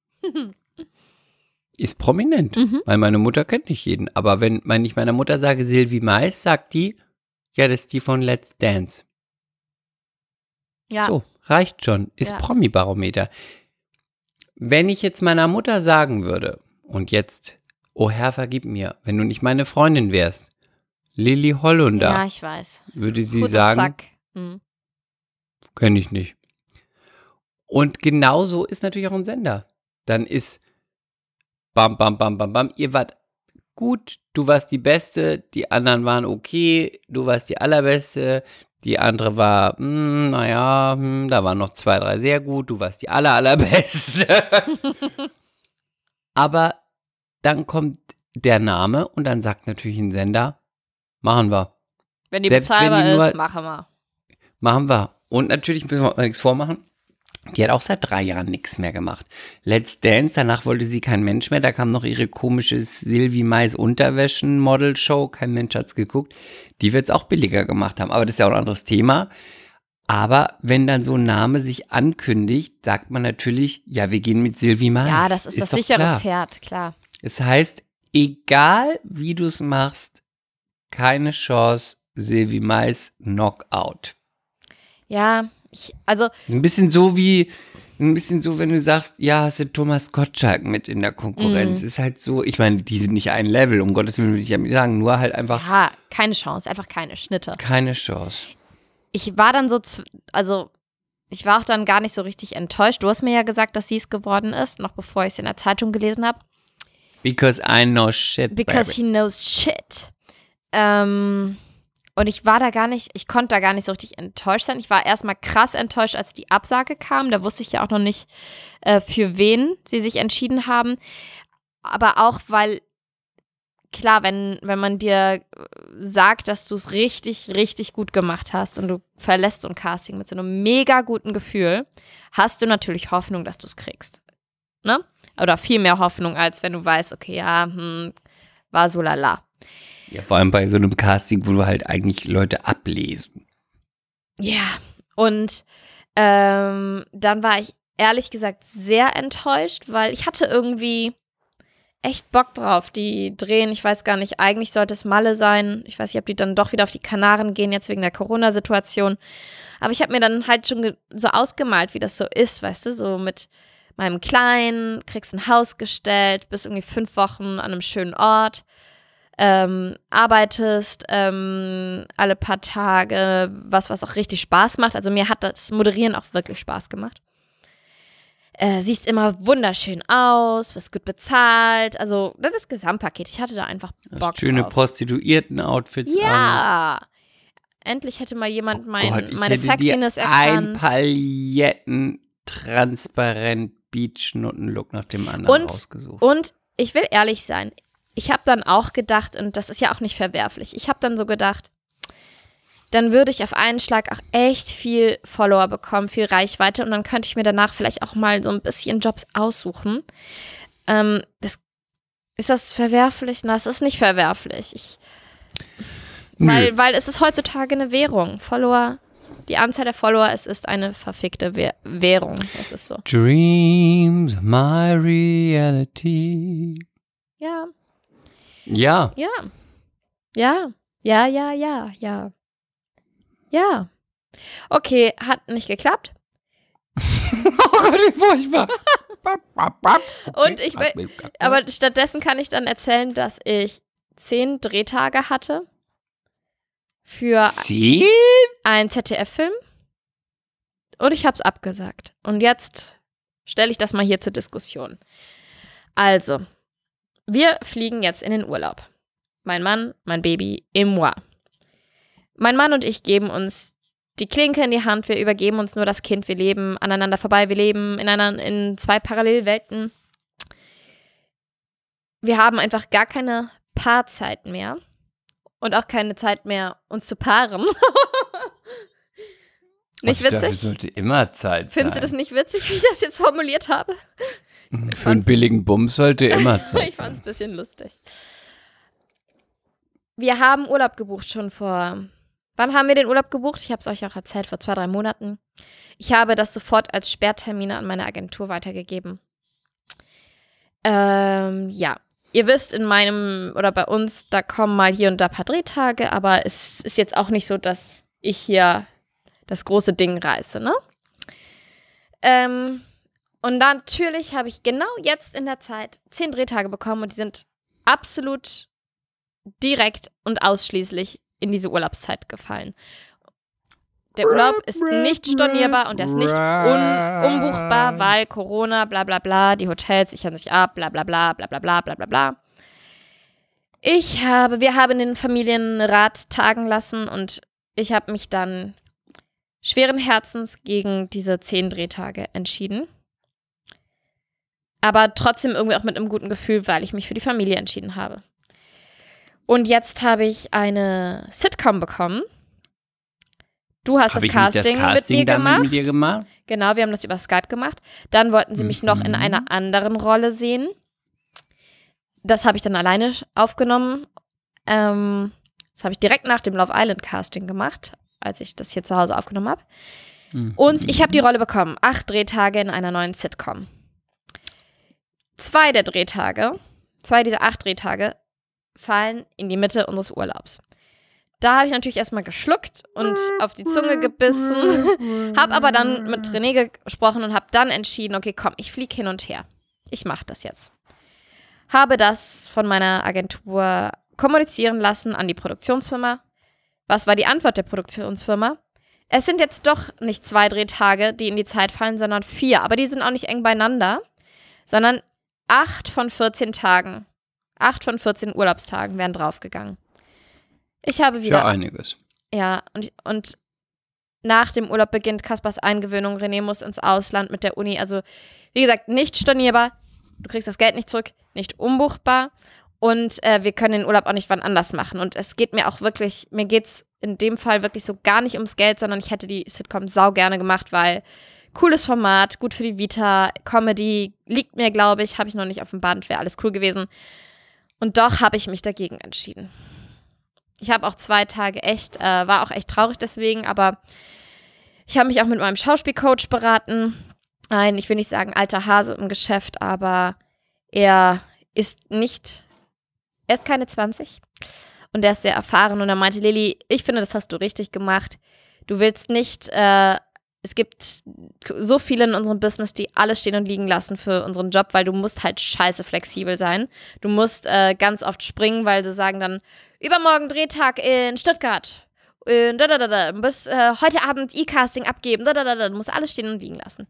Ist prominent, Mhm. weil meine Mutter kennt nicht jeden. Aber wenn, wenn ich meiner Mutter sage, Sylvie Mais, sagt die, ja, das ist die von Let's Dance. Ja. So, reicht schon. Ist Ja. Promi-Barometer. Wenn ich jetzt meiner Mutter sagen würde, und jetzt, oh Herr, vergib mir, wenn du nicht meine Freundin wärst, Lilly Hollunder, Ja, ich weiß. würde sie Who the sagen, fuck? Mhm. kenne ich nicht. Und genauso ist natürlich auch ein Sender. Dann ist bam, bam, bam, bam, bam, ihr wart gut, du warst die Beste, die anderen waren okay, du warst die Allerbeste, die andere war, hm, naja, hm, da waren noch zwei, drei sehr gut, du warst die aller, allerbeste. Aber dann kommt der Name und dann sagt natürlich ein Sender, machen wir. Wenn die Selbst wenn bezahlbar die nur- ist, machen wir. Machen wir. Und natürlich müssen wir uns nichts vormachen. Die hat auch seit drei Jahren nichts mehr gemacht. Let's Dance, danach wollte sie kein Mensch mehr. Da kam noch ihre komische Sylvie Mais Unterwäschen-Model-Show. Kein Mensch hat's geguckt. Die wird es auch billiger gemacht haben. Aber das ist ja auch ein anderes Thema. Aber wenn dann so ein Name sich ankündigt, sagt man natürlich, ja, wir gehen mit Sylvie Mais. Ja, das ist, das doch sichere klar. Pferd, klar. Es heißt, egal wie du es machst, keine Chance, Sylvie Mais Knockout. Ja, ich, also Ein bisschen so wie, ein bisschen so, wenn du sagst, ja, hast du Thomas Gottschalk mit in der Konkurrenz. Mhm. Ist halt so, ich meine, die sind nicht ein Level, um Gottes Willen will ich ja nicht sagen, nur halt einfach ja, keine Chance, einfach keine Schnitte. keine Chance. Ich war dann so, zw- also ich war auch dann gar nicht so richtig enttäuscht. Du hast mir ja gesagt, dass sie es geworden ist, noch bevor ich es in der Zeitung gelesen habe. Because I know shit, Because baby. he knows shit. Ähm, und ich war da gar nicht, ich konnte da gar nicht so richtig enttäuscht sein. Ich war erstmal krass enttäuscht, als die Absage kam. Da wusste ich ja auch noch nicht, äh, für wen sie sich entschieden haben. Aber auch, weil, klar, wenn, wenn man dir sagt, dass du es richtig, richtig gut gemacht hast und du verlässt so ein Casting mit so einem mega guten Gefühl, hast du natürlich Hoffnung, dass du es kriegst. Ne? Oder viel mehr Hoffnung, als wenn du weißt, okay, ja, hm, war so lala. Ja, vor allem bei so einem Casting, wo du halt eigentlich Leute ablesen. Ja, und ähm, dann war ich ehrlich gesagt sehr enttäuscht, weil ich hatte irgendwie echt Bock drauf. Die drehen, ich weiß gar nicht, eigentlich sollte es Malle sein. Ich weiß nicht, ob die dann doch wieder auf die Kanaren gehen, jetzt wegen der Corona-Situation. Aber ich habe mir dann halt schon ge- so ausgemalt, wie das so ist, weißt du, so mit meinem Kleinen, kriegst ein Haus gestellt, bist irgendwie fünf Wochen an einem schönen Ort. ähm, arbeitest ähm, alle paar Tage, was, was auch richtig Spaß macht. Also mir hat das Moderieren auch wirklich Spaß gemacht. Äh, siehst immer wunderschön aus, wirst gut bezahlt. Also das Gesamtpaket. Ich hatte da einfach Bock Hast schöne drauf. Prostituierten-Outfits an. Ja. Endlich hätte mal jemand mein, Oh Gott, ich meine hätte Sexiness dir erkannt. ein Pailletten transparent Beach-Nutten-Look nach dem anderen Und- rausgesucht. Und ich will ehrlich sein, ich habe dann auch gedacht, und das ist ja auch nicht verwerflich, ich habe dann so gedacht, dann würde ich auf einen Schlag auch echt viel Follower bekommen, viel Reichweite und dann könnte ich mir danach vielleicht auch mal so ein bisschen Jobs aussuchen. Ähm, das, ist das verwerflich? Na, es ist nicht verwerflich. Ich, weil, weil es ist heutzutage eine Währung. Follower, die Anzahl der Follower, es ist eine verfickte Wäh- Währung. Das ist so. Dreams, my reality. Ja, Ja. ja, ja, ja, ja, ja, ja. Ja. Okay, hat nicht geklappt. Oh Gott, wie furchtbar. Und ich will, aber stattdessen kann ich dann erzählen, dass ich zehn Drehtage hatte für Zehn? einen Z D F-Film und ich habe es abgesagt. Und jetzt stelle ich das mal hier zur Diskussion. Also, wir fliegen jetzt in den Urlaub. Mein Mann, mein Baby et moi. Mein Mann und ich geben uns die Klinke in die Hand, wir übergeben uns nur das Kind, wir leben aneinander vorbei, wir leben in, einer, in zwei Parallelwelten. Wir haben einfach gar keine Paarzeit mehr und auch keine Zeit mehr, uns zu paaren. Nicht Ach, dafür witzig? sollte immer Zeit Findest du sein. das nicht witzig, wie ich das jetzt formuliert habe? Für einen billigen Bums sollte immer Zeit Ich fand es sein. ein bisschen lustig. Wir haben Urlaub gebucht schon vor... Wann haben wir den Urlaub gebucht? Ich habe es euch auch erzählt, vor zwei, drei Monaten. Ich habe das sofort als Sperrtermine an meine Agentur weitergegeben. Ähm, ja. Ihr wisst, in meinem, oder bei uns, da kommen mal hier und da ein paar Drehtage, aber es ist jetzt auch nicht so, dass ich hier das große Ding reiße, ne? Ähm, und natürlich habe ich genau jetzt in der Zeit zehn Drehtage bekommen und die sind absolut direkt und ausschließlich in diese Urlaubszeit gefallen. Der Urlaub ist nicht stornierbar und er ist nicht un- umbuchbar, weil Corona, bla bla bla, die Hotels sichern sich ab, bla bla bla, bla bla bla, bla bla bla. Ich habe, wir haben den Familienrat tagen lassen und ich habe mich dann schweren Herzens gegen diese zehn Drehtage entschieden. Aber trotzdem irgendwie auch mit einem guten Gefühl, weil ich mich für die Familie entschieden habe. Und jetzt habe ich eine Sitcom bekommen. Du hast Hab das ich nicht Casting, das Casting mit mir damit gemacht. mit dir gemacht? Genau, wir haben das über Skype gemacht. Dann wollten sie mich Mhm. noch in einer anderen Rolle sehen. Das habe ich dann alleine aufgenommen. Ähm, das habe ich direkt nach dem Love Island Casting gemacht, als ich das hier zu Hause aufgenommen habe. Mhm. Und ich habe die Rolle bekommen. Acht Drehtage in einer neuen Sitcom. Zwei der Drehtage, zwei dieser acht Drehtage fallen in die Mitte unseres Urlaubs. Da habe ich natürlich erstmal geschluckt und auf die Zunge gebissen, habe aber dann mit René gesprochen und habe dann entschieden, okay, komm, ich fliege hin und her. Ich mache das jetzt. Habe das von meiner Agentur kommunizieren lassen an die Produktionsfirma. Was war die Antwort der Produktionsfirma? Es sind jetzt doch nicht zwei Drehtage, die in die Zeit fallen, sondern vier. Aber die sind auch nicht eng beieinander, sondern acht von vierzehn Tagen. Acht von vierzehn Urlaubstagen wären draufgegangen. Ich habe wieder... Ja, einiges. Ja, und, und nach dem Urlaub beginnt Kaspers Eingewöhnung. René muss ins Ausland mit der Uni. Also, wie gesagt, nicht stornierbar. Du kriegst das Geld nicht zurück, nicht umbuchbar. Und äh, wir können den Urlaub auch nicht wann anders machen. Und es geht mir auch wirklich, mir geht's in dem Fall wirklich so gar nicht ums Geld, sondern ich hätte die Sitcom sau gerne gemacht, weil cooles Format, gut für die Vita, Comedy, liegt mir, glaube ich, habe ich noch nicht auf dem Band, wäre alles cool gewesen. Und doch habe ich mich dagegen entschieden. Ich habe auch zwei Tage echt, äh, war auch echt traurig deswegen, aber ich habe mich auch mit meinem Schauspielcoach beraten. Ein, ich will nicht sagen alter Hase im Geschäft, aber er ist nicht, er ist keine zwanzig und er ist sehr erfahren und er meinte, Lilly, ich finde, das hast du richtig gemacht. Du willst nicht äh, es gibt so viele in unserem Business, die alles stehen und liegen lassen für unseren Job, weil du musst halt scheiße flexibel sein. Du musst äh, ganz oft springen, weil sie sagen dann, übermorgen Drehtag in Stuttgart. Äh, da, da, da, da. Du musst äh, heute Abend E-Casting abgeben. Da, da, da, da. Du musst alles stehen und liegen lassen.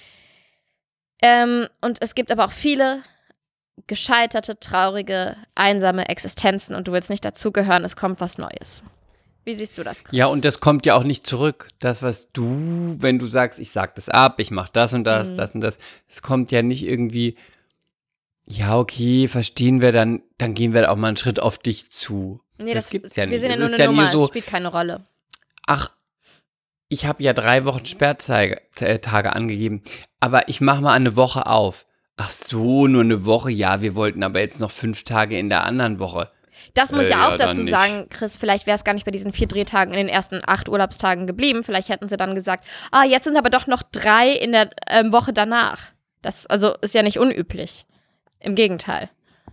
Ähm, und es gibt aber auch viele gescheiterte, traurige, einsame Existenzen und du willst nicht dazugehören, es kommt was Neues. Wie siehst du das, Chris? Ja, und das kommt ja auch nicht zurück. Das, was du, wenn du sagst, ich sag das ab, ich mach das und das, mhm. das und das, es kommt ja nicht irgendwie, ja, okay, verstehen wir, dann, dann gehen wir auch mal einen Schritt auf dich zu. Nee, das, das gibt's ja wir nicht. sind ja es nur ist eine ja Nummer, so, es spielt keine Rolle. Ach, ich habe ja drei Wochen Sperrtage äh, Tage angegeben, aber ich mache mal eine Woche auf. Ach so, nur eine Woche, ja, wir wollten aber jetzt noch fünf Tage in der anderen Woche. Das muss äh, ja auch ja, dazu nicht. sagen, Chris, vielleicht wäre es gar nicht bei diesen vier Drehtagen in den ersten acht Urlaubstagen geblieben. Vielleicht hätten sie dann gesagt, ah, jetzt sind aber doch noch drei in der ähm, Woche danach. Das also ist ja nicht unüblich. Im Gegenteil.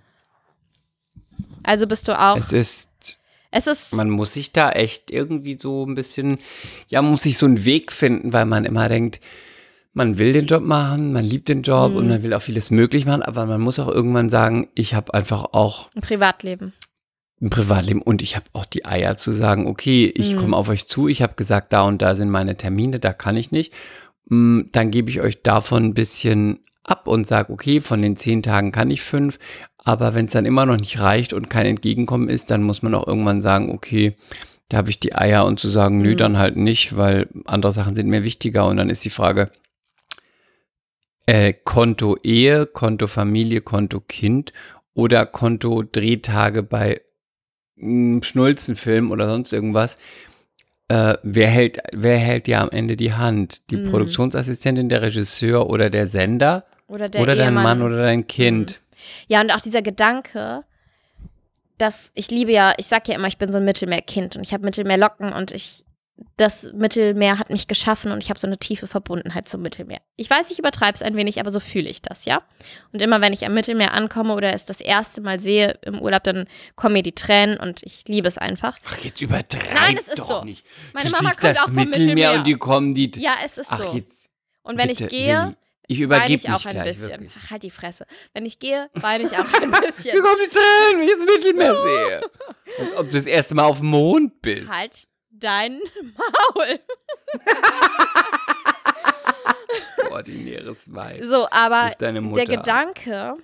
Also bist du auch. Es ist. Es ist. Man muss sich da echt irgendwie so ein bisschen, ja, muss sich so einen Weg finden, weil man immer denkt, man will den Job machen, man liebt den Job mhm. und man will auch vieles möglich machen, aber man muss auch irgendwann sagen, ich habe einfach auch ein Privatleben. Ein Privatleben und ich habe auch die Eier zu sagen, okay, ich mhm. komme auf euch zu, ich habe gesagt, da und da sind meine Termine, da kann ich nicht. Dann gebe ich euch davon ein bisschen ab und sage, okay, von den zehn Tagen kann ich fünf, aber wenn es dann immer noch nicht reicht und kein Entgegenkommen ist, dann muss man auch irgendwann sagen, okay, da habe ich die Eier und zu sagen, nö, mhm. dann halt nicht, weil andere Sachen sind mir wichtiger und dann ist die Frage, äh, Konto Ehe, Konto Familie, Konto Kind oder Konto Drehtage bei mh, Schnulzenfilm oder sonst irgendwas. Äh, wer hält, wer hält ja am Ende die Hand? Die mhm. Produktionsassistentin, der Regisseur oder der Sender? Oder, der oder dein Ehemann. Mann oder dein Kind? Mhm. Ja, und auch dieser Gedanke, dass ich liebe ja, ich sag ja immer, ich bin so ein Mittelmeerkind und ich habe Mittelmeerlocken und ich, das Mittelmeer hat mich geschaffen und ich habe so eine tiefe Verbundenheit zum Mittelmeer. Ich weiß, ich übertreibe es ein wenig, aber so fühle ich das, ja. Und immer, wenn ich am Mittelmeer ankomme oder es das erste Mal sehe im Urlaub, dann kommen mir die Tränen und ich liebe es einfach. Ach, jetzt übertreib Nein, es ist doch so. nicht. Meine du Mama siehst kommt das auch vom Mittelmeer, Mittelmeer und die kommen die... Ja, es ist Ach, so. Jetzt, und wenn bitte, ich gehe... Lilly. Ich übergebe weine ich mich auch ein gleich, bisschen. wirklich. Ach, halt die Fresse. Wenn ich gehe, weine ich auch ein bisschen. Mir kommen die Tränen, wenn ich das Mittelmeer sehe. Als ob du das erste Mal auf dem Mond bist. Halt dein Maul. Ordinäres Weib. So, aber deine Mutter. der Gedanke,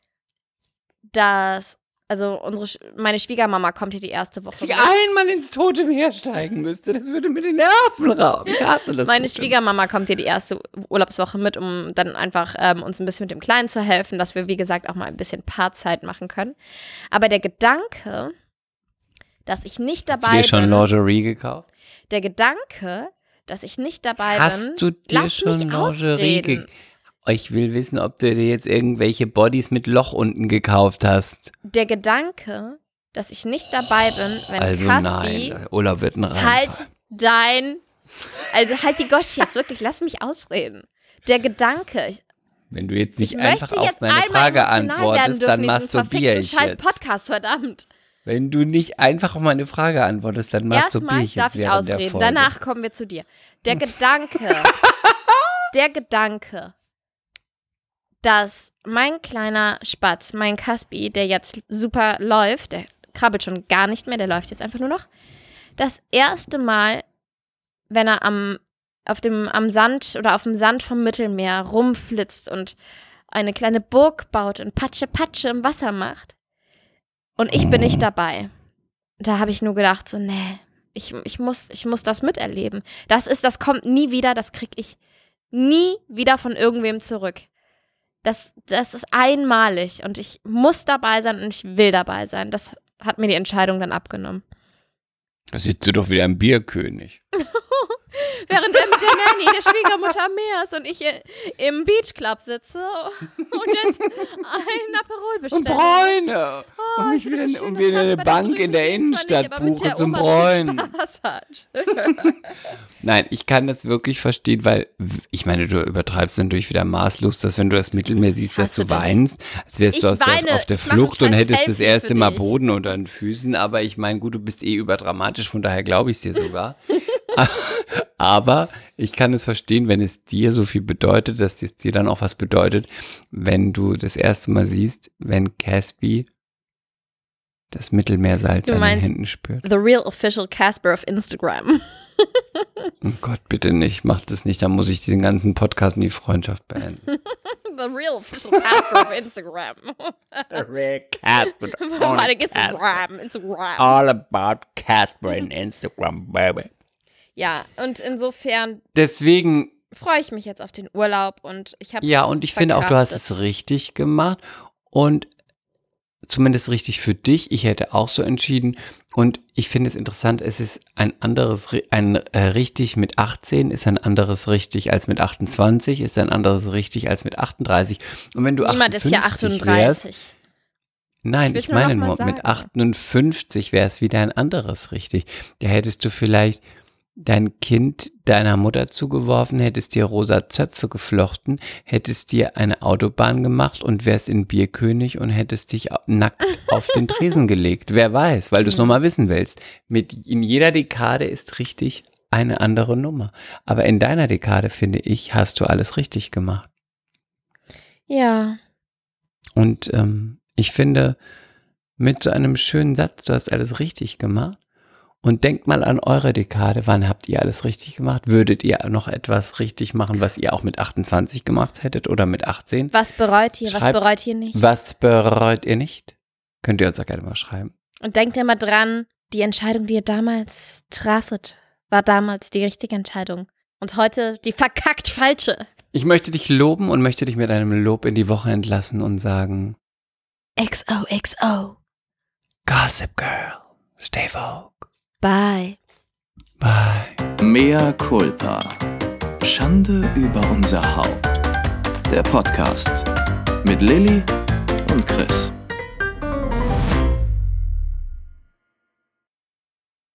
dass, also unsere, meine Schwiegermama kommt hier die erste Woche. Die einmal ins Tote Meer steigen müsste, das würde mir die Nerven rauben. Ich hasse das. Meine Tote. Schwiegermama kommt hier die erste Urlaubswoche mit, um dann einfach ähm, uns ein bisschen mit dem Kleinen zu helfen, dass wir, wie gesagt, auch mal ein bisschen Paarzeit machen können. Aber der Gedanke, dass ich nicht dabei bin. Hast du dir schon Lingerie gekauft? Der Gedanke, dass ich nicht dabei Hast bin. Hast du dir lass schon mich Lingerie gekauft? Ich will wissen, ob du dir jetzt irgendwelche Bodies mit Loch unten gekauft hast. Der Gedanke, dass ich nicht dabei bin, wenn also Caspi nein, Urlaub wird ein Reim. halt dein, also halt die Gosch jetzt wirklich, lass mich ausreden. Der Gedanke, wenn du jetzt nicht ich einfach möchte auf jetzt meine Frage antwortest, dann masturbiere ich scheiß jetzt. Podcast, verdammt. Wenn du nicht einfach auf meine Frage antwortest, dann masturbiere ich jetzt darf ich während der ausreden, Folge. danach kommen wir zu dir. Der Gedanke, der Gedanke, dass mein kleiner Spatz, mein Caspi, der jetzt super läuft, der krabbelt schon gar nicht mehr, der läuft jetzt einfach nur noch, das erste Mal, wenn er am, auf dem, am Sand oder auf dem Sand vom Mittelmeer rumflitzt und eine kleine Burg baut und Patsche Patsche im Wasser macht und ich bin nicht dabei. Da habe ich nur gedacht, so, nee, ich, ich, muss, ich muss das miterleben. Das ist, das kommt nie wieder, das kriege ich nie wieder von irgendwem zurück. Das, das ist einmalig und ich muss dabei sein und ich will dabei sein. Das hat mir die Entscheidung dann abgenommen. Da sitzt du doch wieder im Bierkönig. Während er mit der Nanny, der Schwiegermutter am Meer ist und ich im Beachclub sitze und jetzt ein Aperol bestelle. Und Bräune. Oh, und mich wieder, so und wieder eine Bank in der Innenstadt buche zum Bräunen. Nein, ich kann das wirklich verstehen, weil, ich meine, du übertreibst natürlich wieder maßlos, dass wenn du das Mittelmeer siehst, dass du weinst, als wärst du aus der, auf der Flucht und hättest das erste Mal Boden unter den Füßen. Aber ich meine, gut, du bist eh überdramatisch, von daher glaube ich es dir sogar. Aber ich kann es verstehen, wenn es dir so viel bedeutet, dass es dir dann auch was bedeutet, wenn du das erste Mal siehst, wenn Caspi das Mittelmeersalz Du an den meinst Händen spürt. The real official Casper of Instagram. Oh Gott, bitte nicht, mach das nicht, dann muss ich diesen ganzen Podcast und die Freundschaft beenden. The real official Casper of Instagram. The real Casper Warte, Instagram, Instagram. All about Casper in Instagram, baby. Ja, und insofern Deswegen freue ich mich jetzt auf den Urlaub und ich habe Ja, und ich finde auch, du hast es richtig gemacht und zumindest richtig für dich. Ich hätte auch so entschieden und ich finde es interessant, es ist ein anderes, ein äh, richtig mit achtzehn ist ein anderes richtig als mit achtundzwanzig, ist ein anderes richtig als mit achtunddreißig. Und wenn du Niemand ist ja achtunddreißig. Wärst, nein, Ich ich, will's meine nur noch nur, mal mit sagen. achtundfünfzig wäre es wieder ein anderes richtig. Da hättest du vielleicht dein Kind deiner Mutter zugeworfen, hättest dir rosa Zöpfe geflochten, hättest dir eine Autobahn gemacht und wärst in Bierkönig und hättest dich nackt auf den Tresen gelegt. Wer weiß, weil du es nochmal wissen willst. Mit, in jeder Dekade ist richtig eine andere Nummer. Aber in deiner Dekade, finde ich, hast du alles richtig gemacht. Ja. Und ähm, ich finde, mit so einem schönen Satz, du hast alles richtig gemacht. Und denkt mal an eure Dekade. Wann habt ihr alles richtig gemacht? Würdet ihr noch etwas richtig machen, was ihr auch mit achtundzwanzig gemacht hättet oder mit achtzehn? Was bereut ihr, was Schreibt- bereut ihr nicht? Was bereut ihr nicht? Könnt ihr uns auch gerne mal schreiben. Und denkt immer dran, die Entscheidung, die ihr damals trafet, war damals die richtige Entscheidung. Und heute die verkackt falsche. Ich möchte dich loben und möchte dich mit einem Lob in die Woche entlassen und sagen: X O X O. Gossip Girl, stay vogue. Bye. Bye. Mea culpa. Schande über unser Haupt. Der Podcast mit Lilly und Chris.